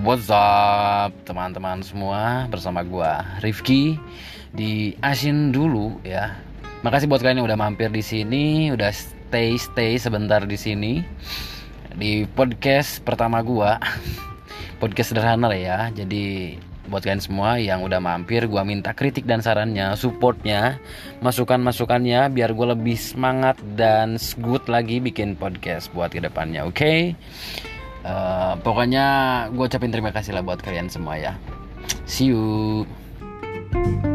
What's up teman-teman semua, bersama gua Rifki di Asin dulu ya. Makasih buat kalian yang udah mampir di sini, udah stay sebentar di sini di podcast pertama gua. Podcast sederhana lah ya. Jadi buat kalian semua yang udah mampir, gua minta kritik dan sarannya, supportnya, masukan-masukannya biar gua lebih semangat dan good lagi bikin podcast buat kedepannya, oke? Pokoknya gue ucapin terima kasih lah buat kalian semua ya. See you.